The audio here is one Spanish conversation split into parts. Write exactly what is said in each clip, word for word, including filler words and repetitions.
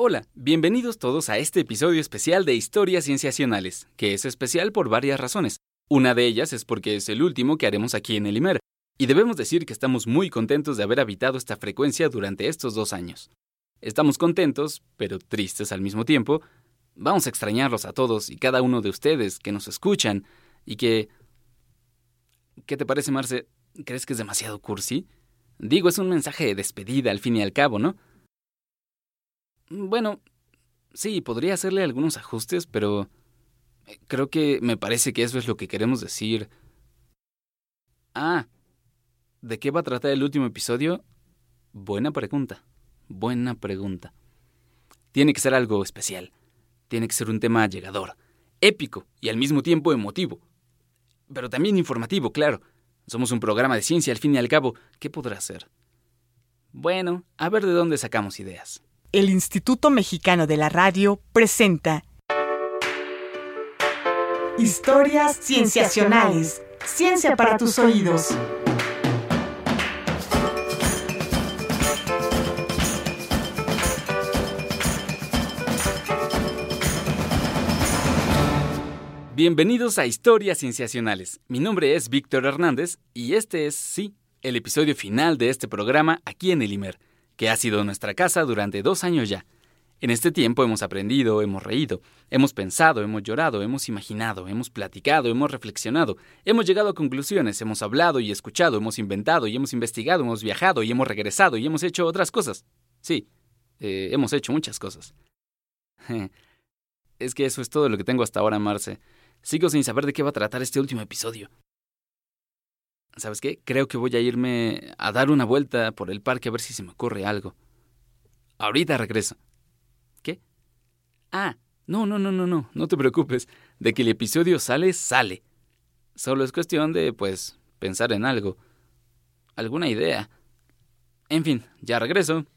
Hola, bienvenidos todos a este episodio especial de Historias Cienciacionales, que es especial por varias razones. Una de ellas es porque es el último que haremos aquí en el IMER, y debemos decir que estamos muy contentos de haber habitado esta frecuencia durante estos dos años. Estamos contentos, pero tristes al mismo tiempo. Vamos a extrañarlos a todos y cada uno de ustedes que nos escuchan y que... ¿Qué te parece, Marce? ¿Crees que es demasiado cursi? Digo, es un mensaje de despedida al fin y al cabo, ¿no? Bueno, sí, podría hacerle algunos ajustes, pero creo que me parece que eso es lo que queremos decir. Ah, ¿de qué va a tratar el último episodio? Buena pregunta, buena pregunta. Tiene que ser algo especial. Tiene que ser un tema llegador, épico y al mismo tiempo emotivo. Pero también informativo, claro. Somos un programa de ciencia al fin y al cabo. ¿Qué podrá ser? Bueno, a ver de dónde sacamos ideas. El Instituto Mexicano de la Radio presenta Historias Cienciacionales. Ciencia para tus oídos. Bienvenidos a Historias Cienciacionales. Mi nombre es Víctor Hernández y este es, sí, el episodio final de este programa aquí en el IMER, que ha sido nuestra casa durante dos años ya. En este tiempo hemos aprendido, hemos reído, hemos pensado, hemos llorado, hemos imaginado, hemos platicado, hemos reflexionado, hemos llegado a conclusiones, hemos hablado y escuchado, hemos inventado y hemos investigado, hemos viajado y hemos regresado y hemos hecho otras cosas. Sí, eh, hemos hecho muchas cosas. Es que eso es todo lo que tengo hasta ahora, Marce. Sigo sin saber de qué va a tratar este último episodio. ¿Sabes qué? Creo que voy a irme a dar una vuelta por el parque a ver si se me ocurre algo. Ahorita regreso. ¿Qué? Ah, no, no, no, no, no, no te preocupes. De que el episodio sale, sale. Solo es cuestión de, pues, pensar en algo. Alguna idea. En fin, ya regreso.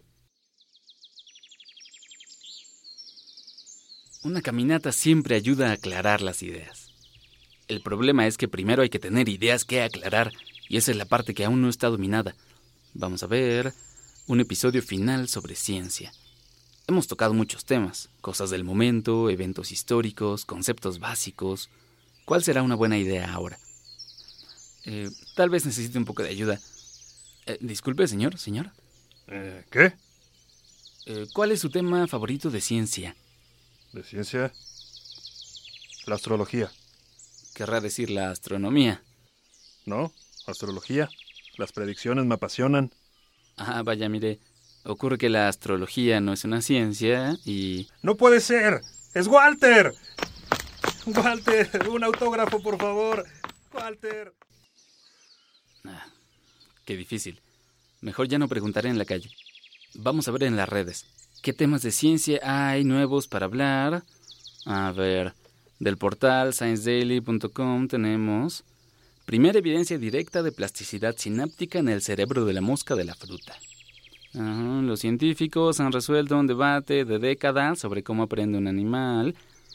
Una caminata siempre ayuda a aclarar las ideas. El problema es que primero hay que tener ideas que aclarar, y esa es la parte que aún no está dominada. Vamos a ver, un episodio final sobre ciencia. Hemos tocado muchos temas, cosas del momento, eventos históricos, conceptos básicos. ¿Cuál será una buena idea ahora? Eh, tal vez necesite un poco de ayuda. Eh, disculpe, señor, señor. Eh, ¿Qué? Eh, ¿Cuál es su tema favorito de ciencia? ¿De ciencia? La astrología. Querrá decir la astronomía. ¿No? Astrología. Las predicciones me apasionan. Ah, vaya, mire. Ocurre que la astrología no es una ciencia y... ¡No puede ser! ¡Es Walter! ¡Walter! ¡Un autógrafo, por favor! ¡Walter! Ah, qué difícil. Mejor ya no preguntaré en la calle. Vamos a ver en las redes. ¿Qué temas de ciencia hay nuevos para hablar? A ver, del portal science daily punto com tenemos... Primera evidencia directa de plasticidad sináptica en el cerebro de la mosca de la fruta. Ajá, los científicos han resuelto un debate de décadas sobre cómo aprende un animal,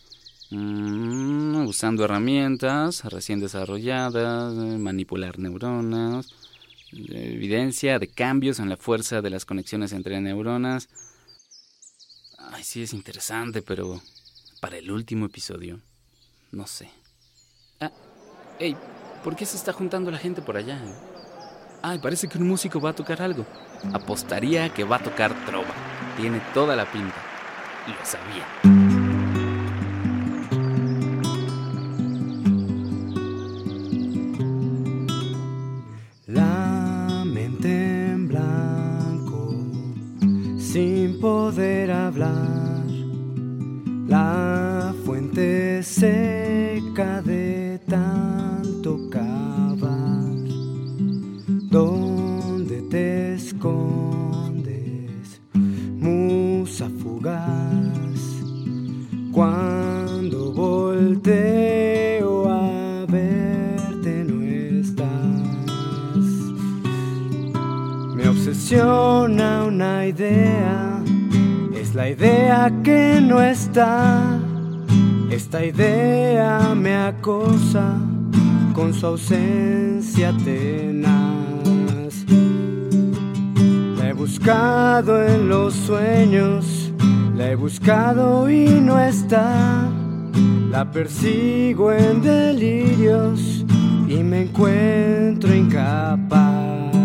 mm, usando herramientas recién desarrolladas, manipular neuronas, evidencia de cambios en la fuerza de las conexiones entre neuronas. Ay, sí es interesante, pero para el último episodio, no sé. Ah, hey, ¿por qué se está juntando la gente por allá? Ay, parece que un músico va a tocar algo. Apostaría que va a tocar trova. Tiene toda la pinta. Lo sabía. La mente en blanco, sin poder hablar. La fuente seca de tanto cavar. ¿Dónde te escondes, musa fugaz? Cuando volteo a verte no estás. Me obsesiona una idea, es la idea que no está. Esta idea me acosa con su ausencia tenaz. La he buscado en los sueños, la he he buscado y no está. La persigo en delirios y me encuentro incapaz.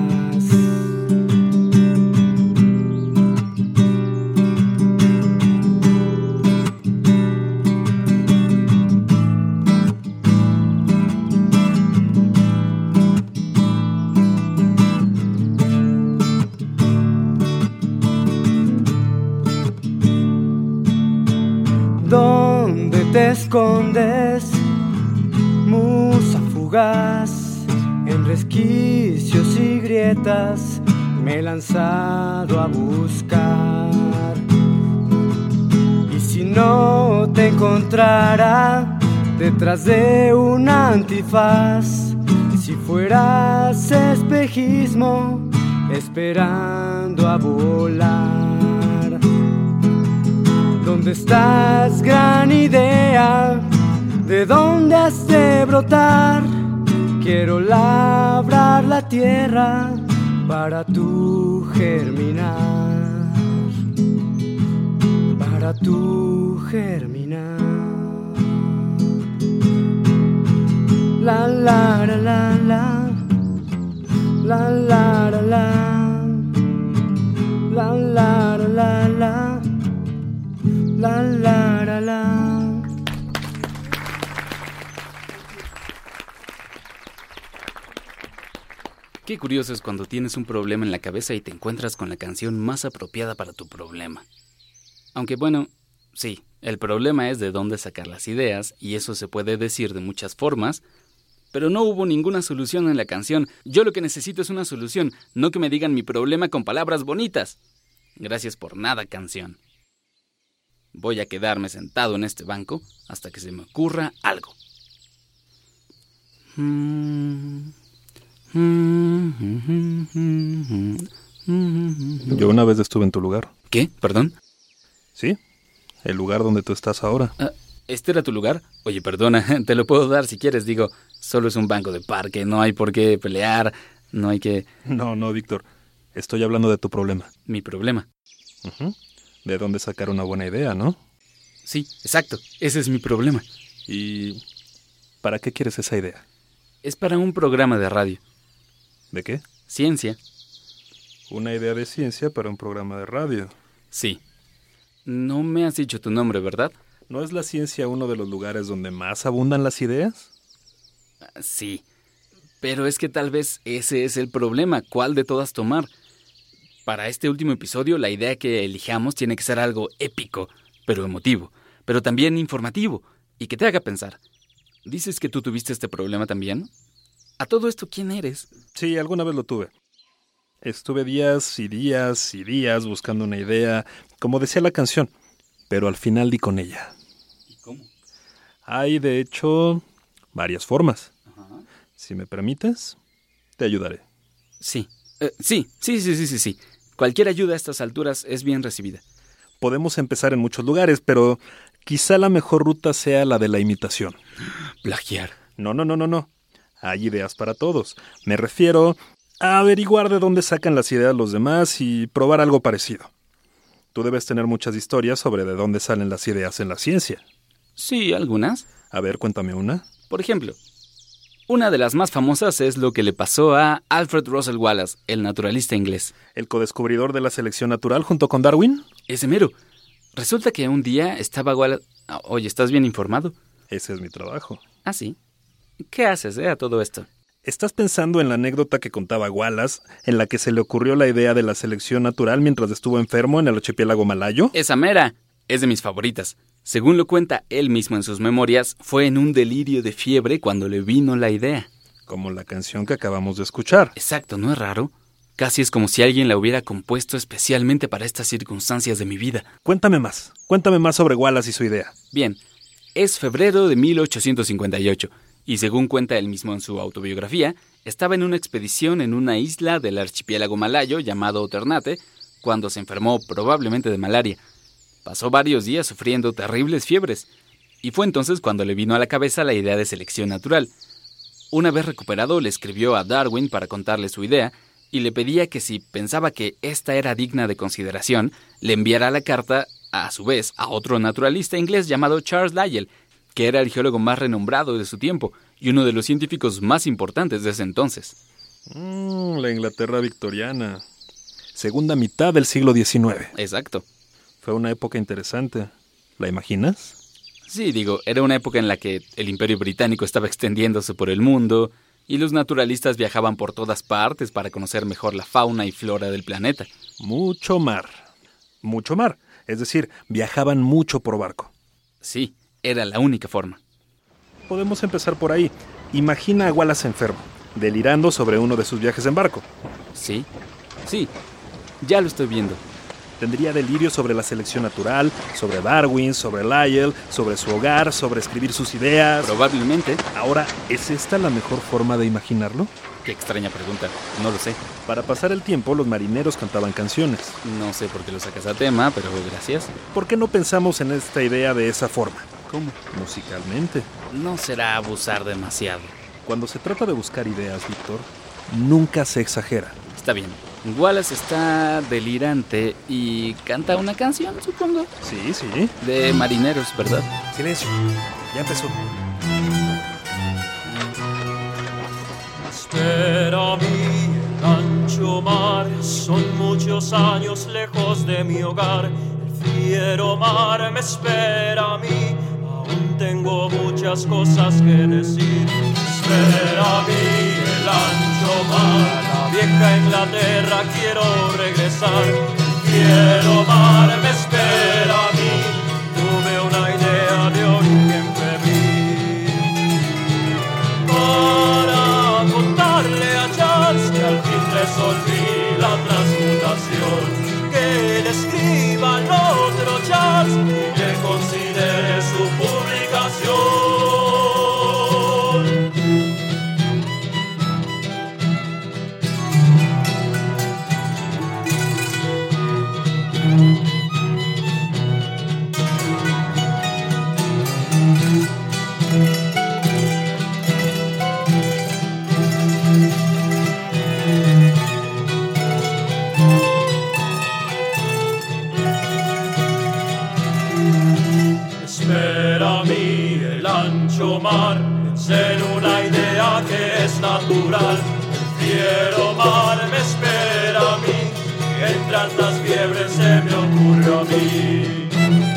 ¿Dónde te escondes, musa fugaz? En resquicios y grietas me he lanzado a buscar. Y si no te encontrara detrás de un antifaz, si fueras espejismo esperando a volar. ¿Dónde estás, gran idea? ¿De dónde has de brotar? Quiero labrar la tierra para tu germinar, para tu germinar. La la la la la, la la la la, la la la la la. La, la, la, la. Qué curioso es cuando tienes un problema en la cabeza y te encuentras con la canción más apropiada para tu problema. Aunque bueno, sí, el problema es de dónde sacar las ideas, y eso se puede decir de muchas formas, pero no hubo ninguna solución en la canción. Yo lo que necesito es una solución, no que me digan mi problema con palabras bonitas. Gracias por nada, canción. Voy a quedarme sentado en este banco hasta que se me ocurra algo. Yo una vez estuve en tu lugar. ¿Qué? ¿Perdón? Sí, el lugar donde tú estás ahora. Ah, ¿este era tu lugar? Oye, perdona, te lo puedo dar si quieres. Digo, solo es un banco de parque, no hay por qué pelear, no hay que... No, no, Víctor, estoy hablando de tu problema. ¿Mi problema? Uh-huh. De dónde sacar una buena idea, ¿no? Sí, exacto, ese es mi problema. ¿Y para qué quieres esa idea? Es para un programa de radio. ¿De qué? Ciencia. Una idea de ciencia para un programa de radio. Sí. No me has dicho tu nombre, ¿verdad? ¿No es la ciencia uno de los lugares donde más abundan las ideas? Sí, pero es que tal vez ese es el problema. ¿Cuál de todas tomar? Para este último episodio, la idea que elijamos tiene que ser algo épico, pero emotivo, pero también informativo, y que te haga pensar. ¿Dices que tú tuviste este problema también? ¿A todo esto quién eres? Sí, alguna vez lo tuve. Estuve días y días y días buscando una idea, como decía la canción, pero al final di con ella. ¿Y cómo? Hay, de hecho, varias formas. Ajá. Si me permites, te ayudaré. Sí, eh, sí, sí, sí, sí, sí, sí. Cualquier ayuda a estas alturas es bien recibida. Podemos empezar en muchos lugares, pero quizá la mejor ruta sea la de la imitación. Plagiar. No, no, no, no, no. Hay ideas para todos. Me refiero a averiguar de dónde sacan las ideas los demás y probar algo parecido. Tú debes tener muchas historias sobre de dónde salen las ideas en la ciencia. Sí, algunas. A ver, cuéntame una. Por ejemplo, una de las más famosas es lo que le pasó a Alfred Russel Wallace, el naturalista inglés. ¿El codescubridor de la selección natural junto con Darwin? Ese mero. Resulta que un día estaba Wallace... Oye, ¿estás bien informado? Ese es mi trabajo. ¿Ah, sí? ¿Qué haces, eh, a todo esto? ¿Estás pensando en la anécdota que contaba Wallace, en la que se le ocurrió la idea de la selección natural mientras estuvo enfermo en el archipiélago malayo? Esa mera. Es de mis favoritas. Según lo cuenta él mismo en sus memorias, fue en un delirio de fiebre cuando le vino la idea. Como la canción que acabamos de escuchar. Exacto, ¿no es raro? Casi es como si alguien la hubiera compuesto especialmente para estas circunstancias de mi vida. Cuéntame más. Cuéntame más sobre Wallace y su idea. Bien, es febrero de mil ochocientos cincuenta y ocho, y según cuenta él mismo en su autobiografía, estaba en una expedición en una isla del archipiélago malayo llamado Ternate, cuando se enfermó probablemente de malaria. Pasó varios días sufriendo terribles fiebres, y fue entonces cuando le vino a la cabeza la idea de selección natural. Una vez recuperado, le escribió a Darwin para contarle su idea, y le pedía que si pensaba que esta era digna de consideración, le enviara la carta a su vez, a otro naturalista inglés llamado Charles Lyell, que era el geólogo más renombrado de su tiempo y uno de los científicos más importantes de ese entonces. Mm, la Inglaterra victoriana. Segunda mitad del siglo diecinueve. Exacto. Fue una época interesante. ¿La imaginas? Sí, digo, era una época en la que el Imperio Británico estaba extendiéndose por el mundo y los naturalistas viajaban por todas partes para conocer mejor la fauna y flora del planeta. Mucho mar. Mucho mar. Es decir, viajaban mucho por barco. Sí, era la única forma. Podemos empezar por ahí. Imagina a Wallace enfermo, delirando sobre uno de sus viajes en barco. Sí, sí, ya lo estoy viendo. Tendría delirio sobre la selección natural, sobre Darwin, sobre Lyell, sobre su hogar, sobre escribir sus ideas. Probablemente. Ahora, ¿es esta la mejor forma de imaginarlo? Qué extraña pregunta, no lo sé. Para pasar el tiempo, los marineros cantaban canciones. No sé por qué lo sacas a tema, pero gracias. ¿Por qué no pensamos en esta idea de esa forma? ¿Cómo? Musicalmente. No será abusar demasiado. Cuando se trata de buscar ideas, Víctor, nunca se exagera. Está bien. Wallace está delirante y canta una canción, supongo. Sí, sí. De marineros, ¿verdad? Silencio. Ya empezó. Espera a mí, el ancho mar, son muchos años lejos de mi hogar. El fiero mar me espera a mí, aún tengo muchas cosas que decir. Espera a mí, el ancho mar, la vieja Inglaterra quiero regresar. El fiero mar me espera a mí, tuve una idea de origen febril. Para contarle a Charles que al fin resolví la transmutación, que le escriba al otro Charles y que considere su publicación. Espera a mí el ancho mar, pensé en una idea que es natural. El fiero mar me espera a mí, y entre tantas fiebres se me ocurrió a mí.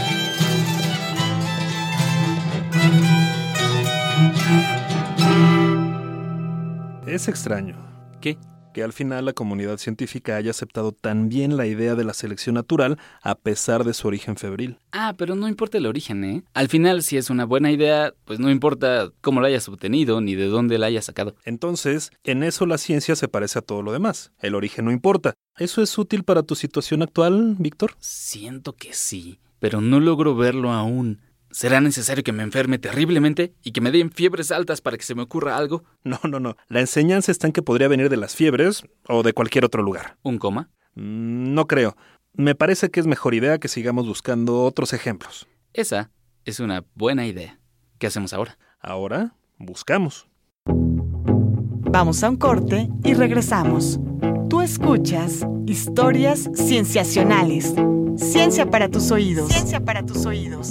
Es extraño. ¿Qué? Que al final la comunidad científica haya aceptado tan bien la idea de la selección natural a pesar de su origen febril. Ah, pero no importa el origen, ¿eh? Al final, si es una buena idea, pues no importa cómo la hayas obtenido ni de dónde la hayas sacado. Entonces, en eso la ciencia se parece a todo lo demás. El origen no importa. ¿Eso es útil para tu situación actual, Víctor? Siento que sí, pero no logro verlo aún. ¿Será necesario que me enferme terriblemente y que me den fiebres altas para que se me ocurra algo? No, no, no. La enseñanza está en que podría venir de las fiebres o de cualquier otro lugar. ¿Un coma? Mm, no creo. Me parece que es mejor idea que sigamos buscando otros ejemplos. Esa es una buena idea. ¿Qué hacemos ahora? Ahora, buscamos. Vamos a un corte y regresamos. Tú escuchas Historias Cienciacionales. Ciencia para tus oídos. Ciencia para tus oídos.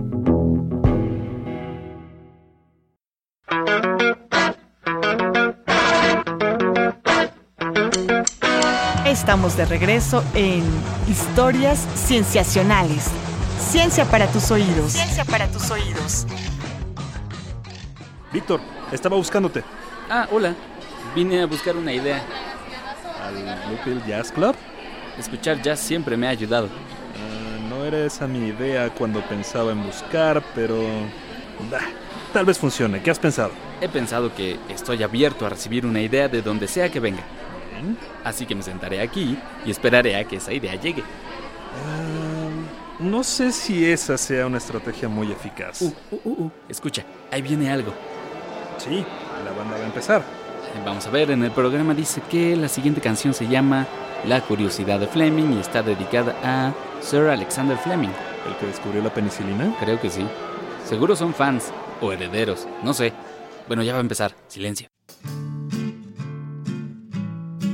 Estamos de regreso en Historias Cienciacionales. Ciencia para tus oídos. Ciencia para tus oídos. Víctor, estaba buscándote. Ah, hola. Vine a buscar una idea. ¿Al Bluefield Jazz Club? Escuchar jazz siempre me ha ayudado. Uh, no era esa mi idea cuando pensaba en buscar, pero... Bah, tal vez funcione. ¿Qué has pensado? He pensado que estoy abierto a recibir una idea de donde sea que venga. Bien. Así que me sentaré aquí y esperaré a que esa idea llegue. Uh, no sé si esa sea una estrategia muy eficaz. Uh, uh, uh, uh. Escucha, ahí viene algo. Sí, la banda va a empezar. Vamos a ver, en el programa dice que la siguiente canción se llama La curiosidad de Fleming y está dedicada a Sir Alexander Fleming. ¿El que descubrió la penicilina? Creo que sí. Seguro son fans o herederos, no sé. Bueno, ya va a empezar. Silencio.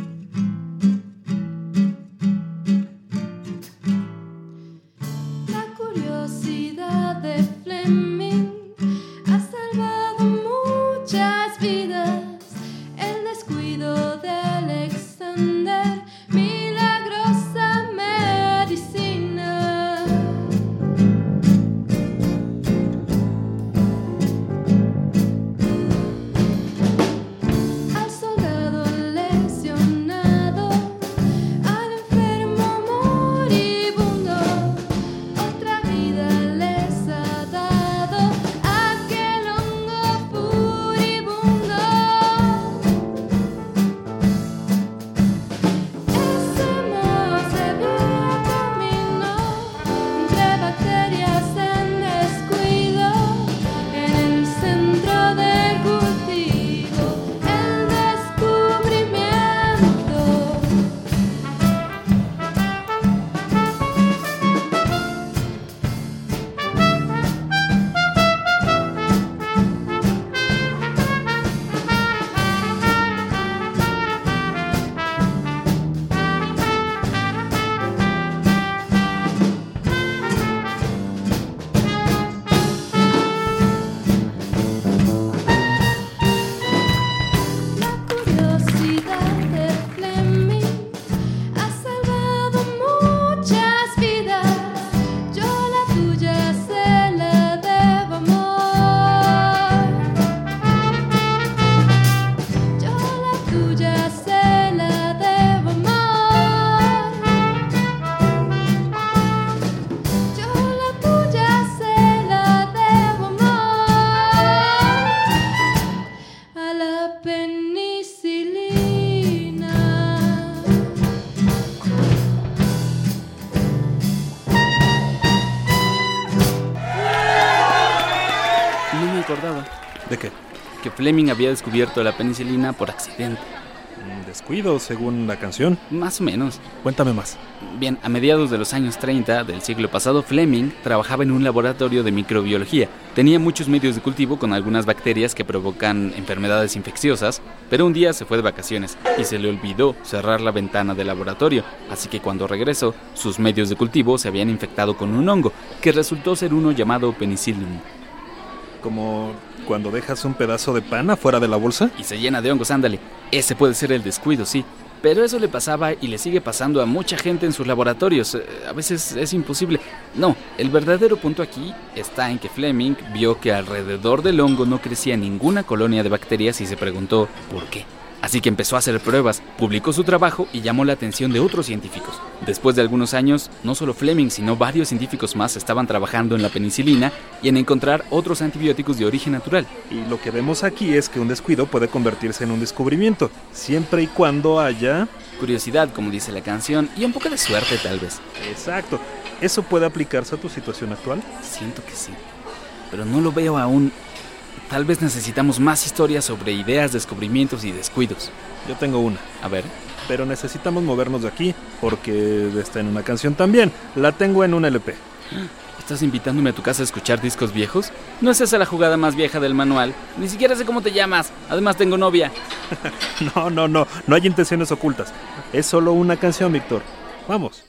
La acordaba. ¿De qué? Que Fleming había descubierto la penicilina por accidente. Un descuido, según la canción. Más o menos. Cuéntame más. Bien, a mediados de los años treinta del siglo pasado, Fleming trabajaba en un laboratorio de microbiología. Tenía muchos medios de cultivo con algunas bacterias que provocan enfermedades infecciosas, pero un día se fue de vacaciones y se le olvidó cerrar la ventana del laboratorio, así que cuando regresó, sus medios de cultivo se habían infectado con un hongo, que resultó ser uno llamado penicillium. Como cuando dejas un pedazo de pan afuera de la bolsa. Y se llena de hongos, ándale. Ese puede ser el descuido, sí. Pero eso le pasaba y le sigue pasando a mucha gente en sus laboratorios. A veces es imposible. No, el verdadero punto aquí está en que Fleming vio que alrededor del hongo no crecía ninguna colonia de bacterias y se preguntó ¿por qué? Así que empezó a hacer pruebas, publicó su trabajo y llamó la atención de otros científicos. Después de algunos años, no solo Fleming, sino varios científicos más estaban trabajando en la penicilina y en encontrar otros antibióticos de origen natural. Y lo que vemos aquí es que un descuido puede convertirse en un descubrimiento, siempre y cuando haya... curiosidad, como dice la canción, y un poco de suerte tal vez. Exacto. ¿Eso puede aplicarse a tu situación actual? Siento que sí, pero no lo veo aún. Tal vez necesitamos más historias sobre ideas, descubrimientos y descuidos. Yo tengo una. A ver. Pero necesitamos movernos de aquí, porque está en una canción también. La tengo en un L P. ¿Estás invitándome a tu casa a escuchar discos viejos? No es esa la jugada más vieja del manual. Ni siquiera sé cómo te llamas. Además tengo novia. No, no, no. No hay intenciones ocultas. Es solo una canción, Víctor. Vamos.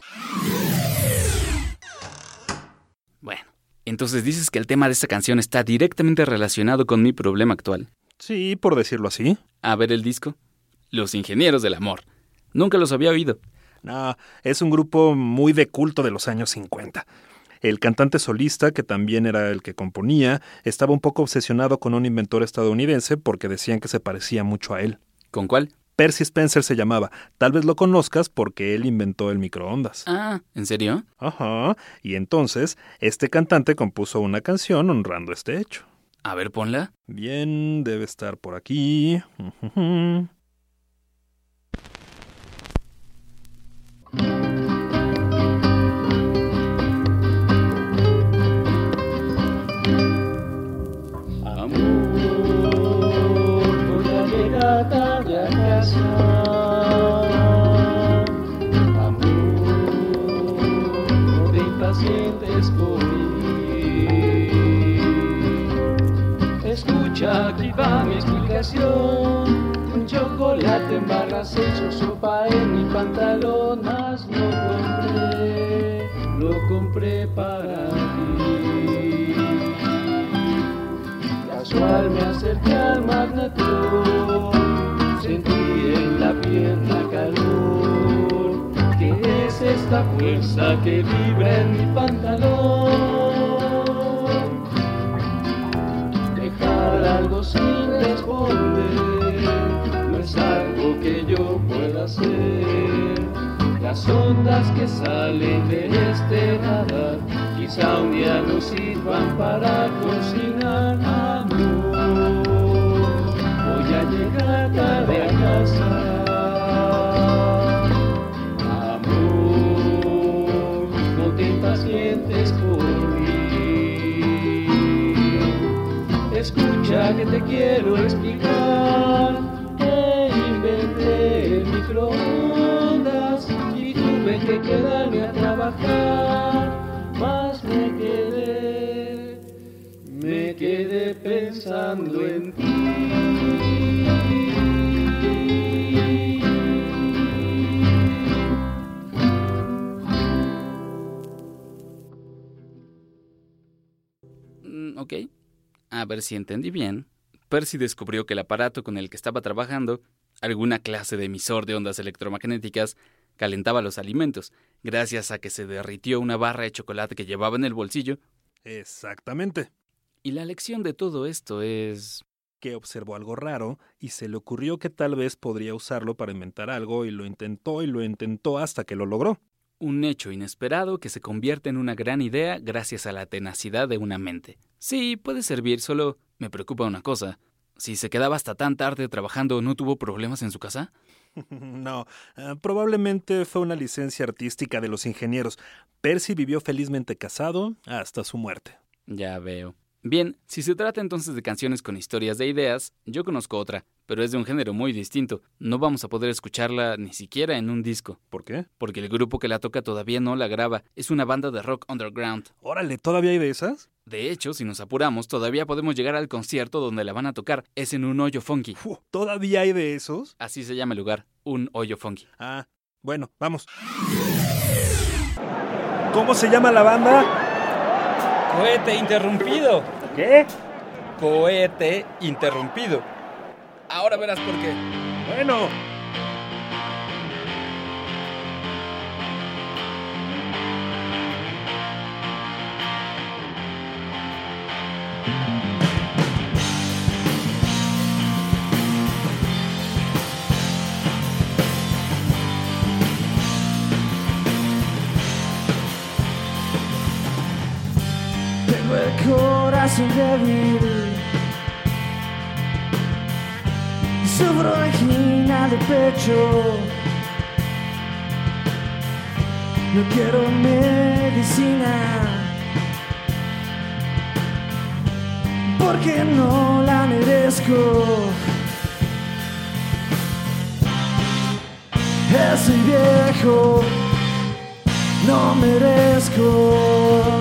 Bueno. Entonces dices que el tema de esta canción está directamente relacionado con mi problema actual. Sí, por decirlo así. A ver el disco. Los Ingenieros del Amor. Nunca los había oído. No, es un grupo muy de culto de los años cincuenta. El cantante solista, que también era el que componía, estaba un poco obsesionado con un inventor estadounidense porque decían que se parecía mucho a él. ¿Con cuál? Percy Spencer se llamaba. Tal vez lo conozcas porque él inventó el microondas. Ah, ¿en serio? Ajá. Y entonces, este cantante compuso una canción honrando este hecho. A ver, ponla. Bien, debe estar por aquí. Uh-huh. Aquí va mi explicación. Un chocolate en barras hecho sopa en mi pantalón. Más lo compré, lo compré para ti. Casual me acerqué al magneto, sentí en la pierna calor. ¿Qué es esta fuerza que vibra en mi pantalón? Algo sin responder no es algo que yo pueda hacer. Las ondas que salen de este radar quizá un día nos sirvan para cocinar. Amor, voy a llegar tarde a casa. Amor, no te impacientes por mí. Escucha que te quiero explicar. Que inventé el microondas y tuve que quedarme a trabajar. Mas me quedé, me quedé pensando en ti. Mm, ok. A ver si entendí bien. Percy descubrió que el aparato con el que estaba trabajando, alguna clase de emisor de ondas electromagnéticas, calentaba los alimentos, gracias a que se derritió una barra de chocolate que llevaba en el bolsillo. Exactamente. Y la lección de todo esto es... que observó algo raro y se le ocurrió que tal vez podría usarlo para inventar algo y lo intentó y lo intentó hasta que lo logró. Un hecho inesperado que se convierte en una gran idea gracias a la tenacidad de una mente. Sí, puede servir, solo me preocupa una cosa. Si se quedaba hasta tan tarde trabajando, ¿no tuvo problemas en su casa? No, uh, probablemente fue una licencia artística de los ingenieros. Percy vivió felizmente casado hasta su muerte. Ya veo. Bien, si se trata entonces de canciones con historias de ideas, yo conozco otra, pero es de un género muy distinto. No vamos a poder escucharla ni siquiera en un disco. ¿Por qué? Porque el grupo que la toca todavía no la graba. Es una banda de rock underground. Órale, ¿todavía hay de esas? De hecho, si nos apuramos, todavía podemos llegar al concierto donde la van a tocar. Es en un hoyo funky. Uf, ¿todavía hay de esos? Así se llama el lugar, un hoyo funky. Ah, bueno, vamos. ¿Cómo se llama la banda? Cohete interrumpido. ¿Qué? Cohete interrumpido. Ahora verás por qué. Bueno. Tengo el corazón débil, sufro angina de pecho, no quiero medicina, porque no la merezco. Soy viejo, no merezco.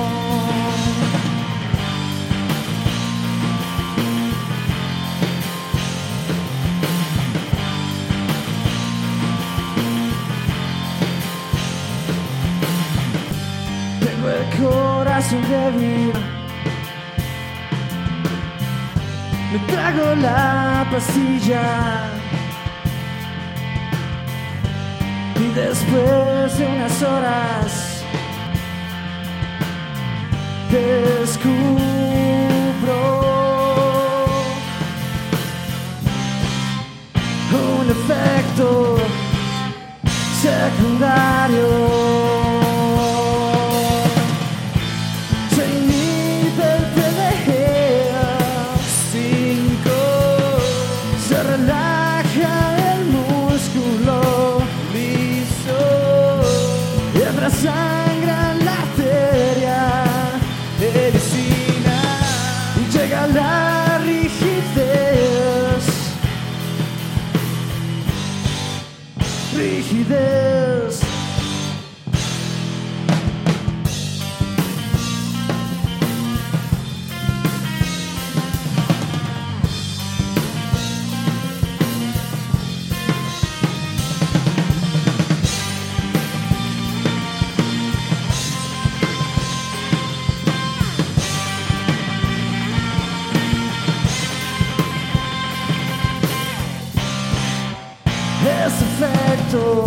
Tengo el corazón débil, me trago la pastilla y después de unas horas descubro un efecto secundario. Sangra la arteria, medicina, y llega la rigidez, rigidez. Ese efecto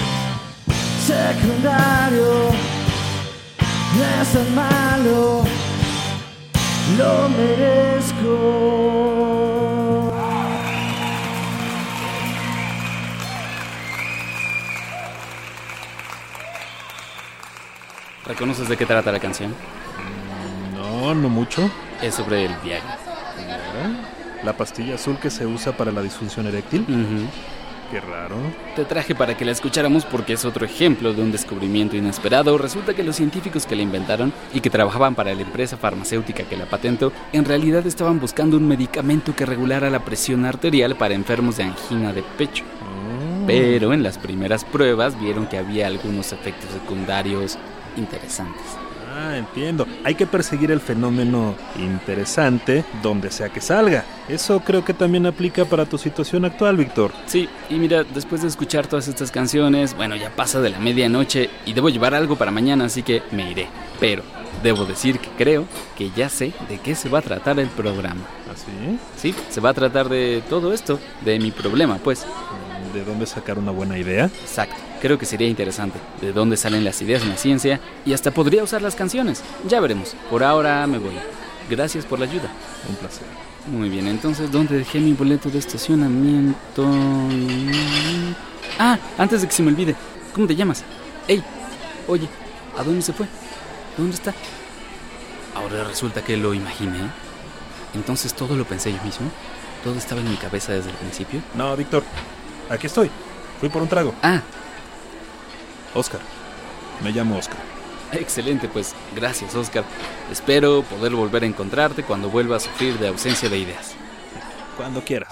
secundario no es tan malo, lo merezco. ¿Reconoces de qué trata la canción? No, no mucho. Es sobre el Viagra. La pastilla azul que se usa para la disfunción eréctil. Uh-huh. Qué raro. Te traje para que la escucháramos porque es otro ejemplo de un descubrimiento inesperado. Resulta que los científicos que la inventaron y que trabajaban para la empresa farmacéutica que la patentó, en realidad estaban buscando un medicamento que regulara la presión arterial para enfermos de angina de pecho. Oh. Pero en las primeras pruebas vieron que había algunos efectos secundarios interesantes. Ah, entiendo. Hay que perseguir el fenómeno interesante donde sea que salga. Eso creo que también aplica para tu situación actual, Víctor. Sí, y mira, después de escuchar todas estas canciones, bueno, ya pasa de la medianoche y debo llevar algo para mañana, así que me iré. Pero debo decir que creo que ya sé de qué se va a tratar el programa. ¿Ah, sí? Sí, se va a tratar de todo esto, de mi problema, pues. ¿De dónde sacar una buena idea? Exacto, creo que sería interesante. De dónde salen las ideas en la ciencia y hasta podría usar las canciones. Ya veremos. Por ahora me voy. Gracias por la ayuda. Un placer. Muy bien, entonces, ¿dónde dejé mi boleto de estacionamiento? Ah, antes de que se me olvide, ¿cómo te llamas? Ey, oye, ¿a dónde se fue? ¿Dónde está? Ahora resulta que lo imaginé. Entonces todo lo pensé yo mismo. Todo estaba en mi cabeza desde el principio. No, Víctor, aquí estoy. Fui por un trago. Ah, Oscar. Me llamo Oscar. Excelente, pues gracias, Oscar. Espero poder volver a encontrarte cuando vuelva a sufrir de ausencia de ideas. Cuando quieras.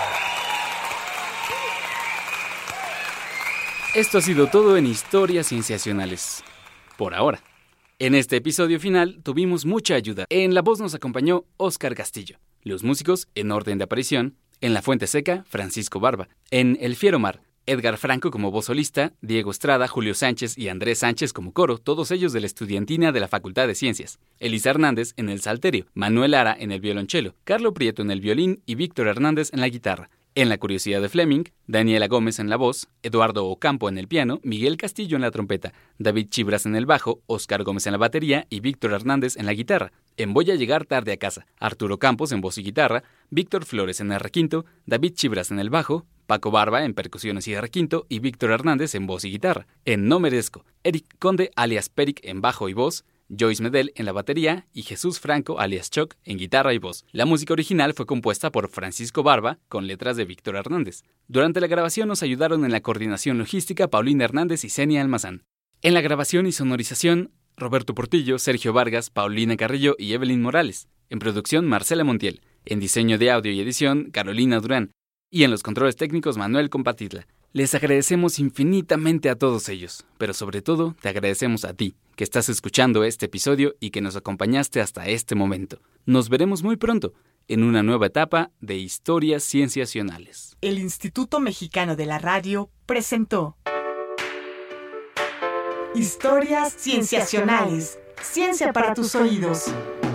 Esto ha sido todo en Historias Cienciacionales. Por ahora. En este episodio final tuvimos mucha ayuda. En la voz nos acompañó Oscar Castillo. Los músicos, en orden de aparición, en La Fuente Seca, Francisco Barba. En El Fiero Mar, Edgar Franco como voz solista, Diego Estrada, Julio Sánchez y Andrés Sánchez como coro, todos ellos de la Estudiantina de la Facultad de Ciencias. Elisa Hernández en el salterio, Manuel Ara en el violonchelo, Carlo Prieto en el violín y Víctor Hernández en la guitarra. En La Curiosidad de Fleming, Daniela Gómez en la voz, Eduardo Ocampo en el piano, Miguel Castillo en la trompeta, David Chibras en el bajo, Óscar Gómez en la batería y Víctor Hernández en la guitarra. En Voy a llegar tarde a casa, Arturo Campos en voz y guitarra, Víctor Flores en el requinto, David Chibras en el bajo, Paco Barba en percusiones y requinto y Víctor Hernández en voz y guitarra. En No Merezco, Eric Conde alias Peric en bajo y voz, Joyce Medel en la batería y Jesús Franco alias Choc en guitarra y voz. La música original fue compuesta por Francisco Barba con letras de Víctor Hernández. Durante la grabación nos ayudaron en la coordinación logística Paulina Hernández y Zenia Almazán. En la grabación y sonorización, Roberto Portillo, Sergio Vargas, Paulina Carrillo y Evelyn Morales. En producción, Marcela Montiel. En diseño de audio y edición, Carolina Durán. Y en los controles técnicos, Manuel Compatitla. Les agradecemos infinitamente a todos ellos, pero sobre todo te agradecemos a ti, que estás escuchando este episodio y que nos acompañaste hasta este momento. Nos veremos muy pronto en una nueva etapa de Historias Cienciacionales. El Instituto Mexicano de la Radio presentó Historias Cienciacionales. Ciencia para tus oídos.